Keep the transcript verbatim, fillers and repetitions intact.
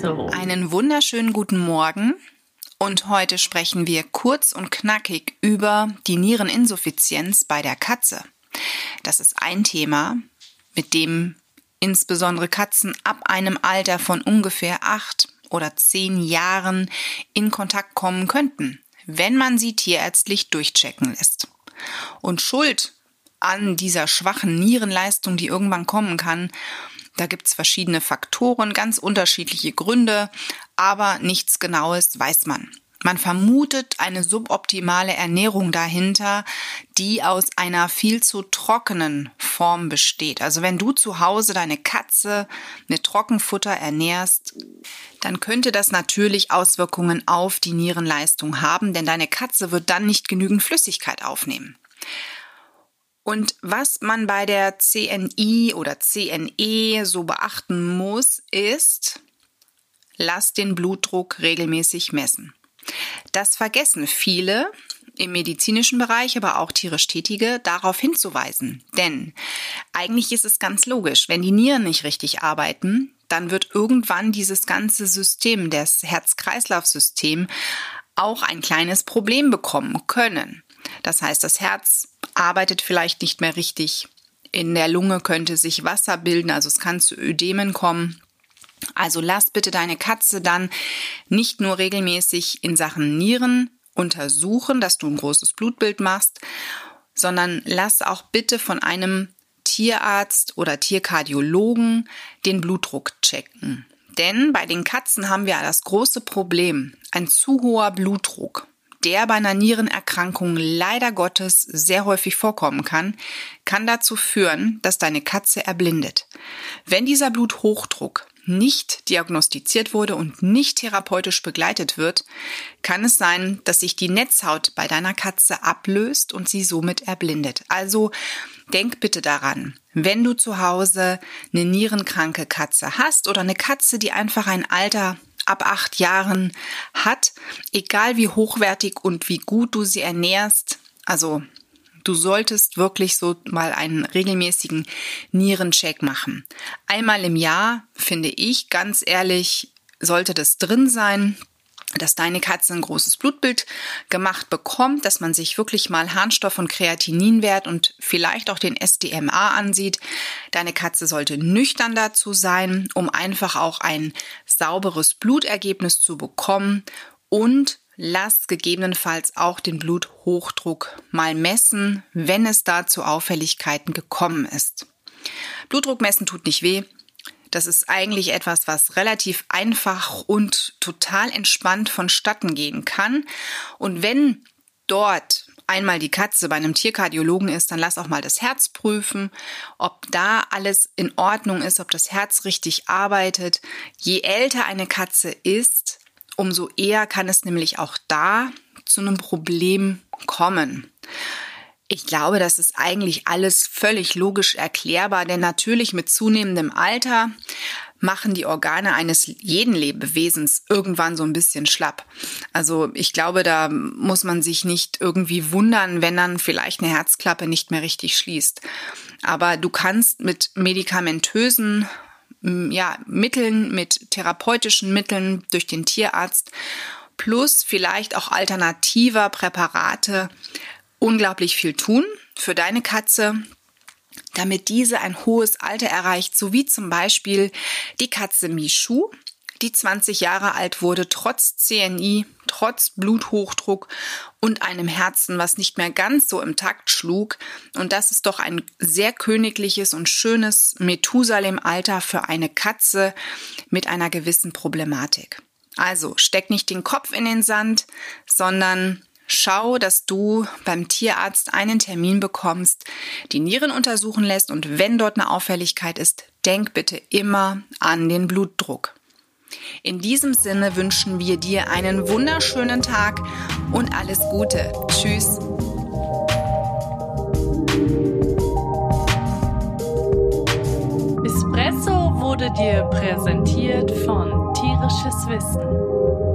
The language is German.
Espresso. Einen wunderschönen guten Morgen und heute sprechen wir kurz und knackig über die Niereninsuffizienz bei der Katze. Das ist ein Thema, mit dem insbesondere Katzen ab einem Alter von ungefähr acht oder zehn Jahren in Kontakt kommen könnten, wenn man sie tierärztlich durchchecken lässt. Und Schuld an dieser schwachen Nierenleistung, die irgendwann kommen kann, da gibt es verschiedene Faktoren, ganz unterschiedliche Gründe, aber nichts Genaues weiß man. Man vermutet eine suboptimale Ernährung dahinter, die aus einer viel zu trockenen Form besteht. Also wenn du zu Hause deine Katze mit Trockenfutter ernährst, dann könnte das natürlich Auswirkungen auf die Nierenleistung haben, denn deine Katze wird dann nicht genügend Flüssigkeit aufnehmen. Und was man bei der C N I oder C N E so beachten muss, ist, lass den Blutdruck regelmäßig messen. Das vergessen viele im medizinischen Bereich, aber auch tierisch Tätige, darauf hinzuweisen. Denn eigentlich ist es ganz logisch, wenn die Nieren nicht richtig arbeiten, dann wird irgendwann dieses ganze System, das Herz-Kreislauf-System, auch ein kleines Problem bekommen können. Das heißt, das Herz arbeitet vielleicht nicht mehr richtig. In der Lunge könnte sich Wasser bilden, also es kann zu Ödemen kommen. Also lass bitte deine Katze dann nicht nur regelmäßig in Sachen Nieren untersuchen, dass du ein großes Blutbild machst, sondern lass auch bitte von einem Tierarzt oder Tierkardiologen den Blutdruck checken. Denn bei den Katzen haben wir das große Problem, ein zu hoher Blutdruck, der bei einer Nierenerkrankung leider Gottes sehr häufig vorkommen kann, kann dazu führen, dass deine Katze erblindet. Wenn dieser Bluthochdruck nicht diagnostiziert wurde und nicht therapeutisch begleitet wird, kann es sein, dass sich die Netzhaut bei deiner Katze ablöst und sie somit erblindet. Also denk bitte daran, wenn du zu Hause eine nierenkranke Katze hast oder eine Katze, die einfach ein Alter ab acht Jahren hat, egal wie hochwertig und wie gut du sie ernährst, also du solltest wirklich so mal einen regelmäßigen Nierencheck machen. Einmal im Jahr, finde ich, ganz ehrlich, sollte das drin sein, dass deine Katze ein großes Blutbild gemacht bekommt, dass man sich wirklich mal Harnstoff- und Kreatininwert und vielleicht auch den S D M A ansieht. Deine Katze sollte nüchtern dazu sein, um einfach auch ein sauberes Blutergebnis zu bekommen, und lass gegebenenfalls auch den Bluthochdruck mal messen, wenn es da zu Auffälligkeiten gekommen ist. Blutdruck messen tut nicht weh. Das ist eigentlich etwas, was relativ einfach und total entspannt vonstatten gehen kann. Und wenn dort einmal die Katze bei einem Tierkardiologen ist, dann lass auch mal das Herz prüfen, ob da alles in Ordnung ist, ob das Herz richtig arbeitet. Je älter eine Katze ist, umso eher kann es nämlich auch da zu einem Problem kommen. Ich glaube, das ist eigentlich alles völlig logisch erklärbar, denn natürlich mit zunehmendem Alter machen die Organe eines jeden Lebewesens irgendwann so ein bisschen schlapp. Also ich glaube, da muss man sich nicht irgendwie wundern, wenn dann vielleicht eine Herzklappe nicht mehr richtig schließt. Aber du kannst mit medikamentösen ja, Mitteln, mit therapeutischen Mitteln durch den Tierarzt plus vielleicht auch alternativer Präparate unglaublich viel tun für deine Katze, damit diese ein hohes Alter erreicht, so wie zum Beispiel die Katze Michu, die zwanzig Jahre alt wurde, trotz C N I, trotz Bluthochdruck und einem Herzen, was nicht mehr ganz so im Takt schlug. Und das ist doch ein sehr königliches und schönes Methusalem-Alter für eine Katze mit einer gewissen Problematik. Also steck nicht den Kopf in den Sand, sondern schau, dass du beim Tierarzt einen Termin bekommst, die Nieren untersuchen lässt, und wenn dort eine Auffälligkeit ist, denk bitte immer an den Blutdruck. In diesem Sinne wünschen wir dir einen wunderschönen Tag und alles Gute. Tschüss. Espresso wurde dir präsentiert von Tierisches Wissen.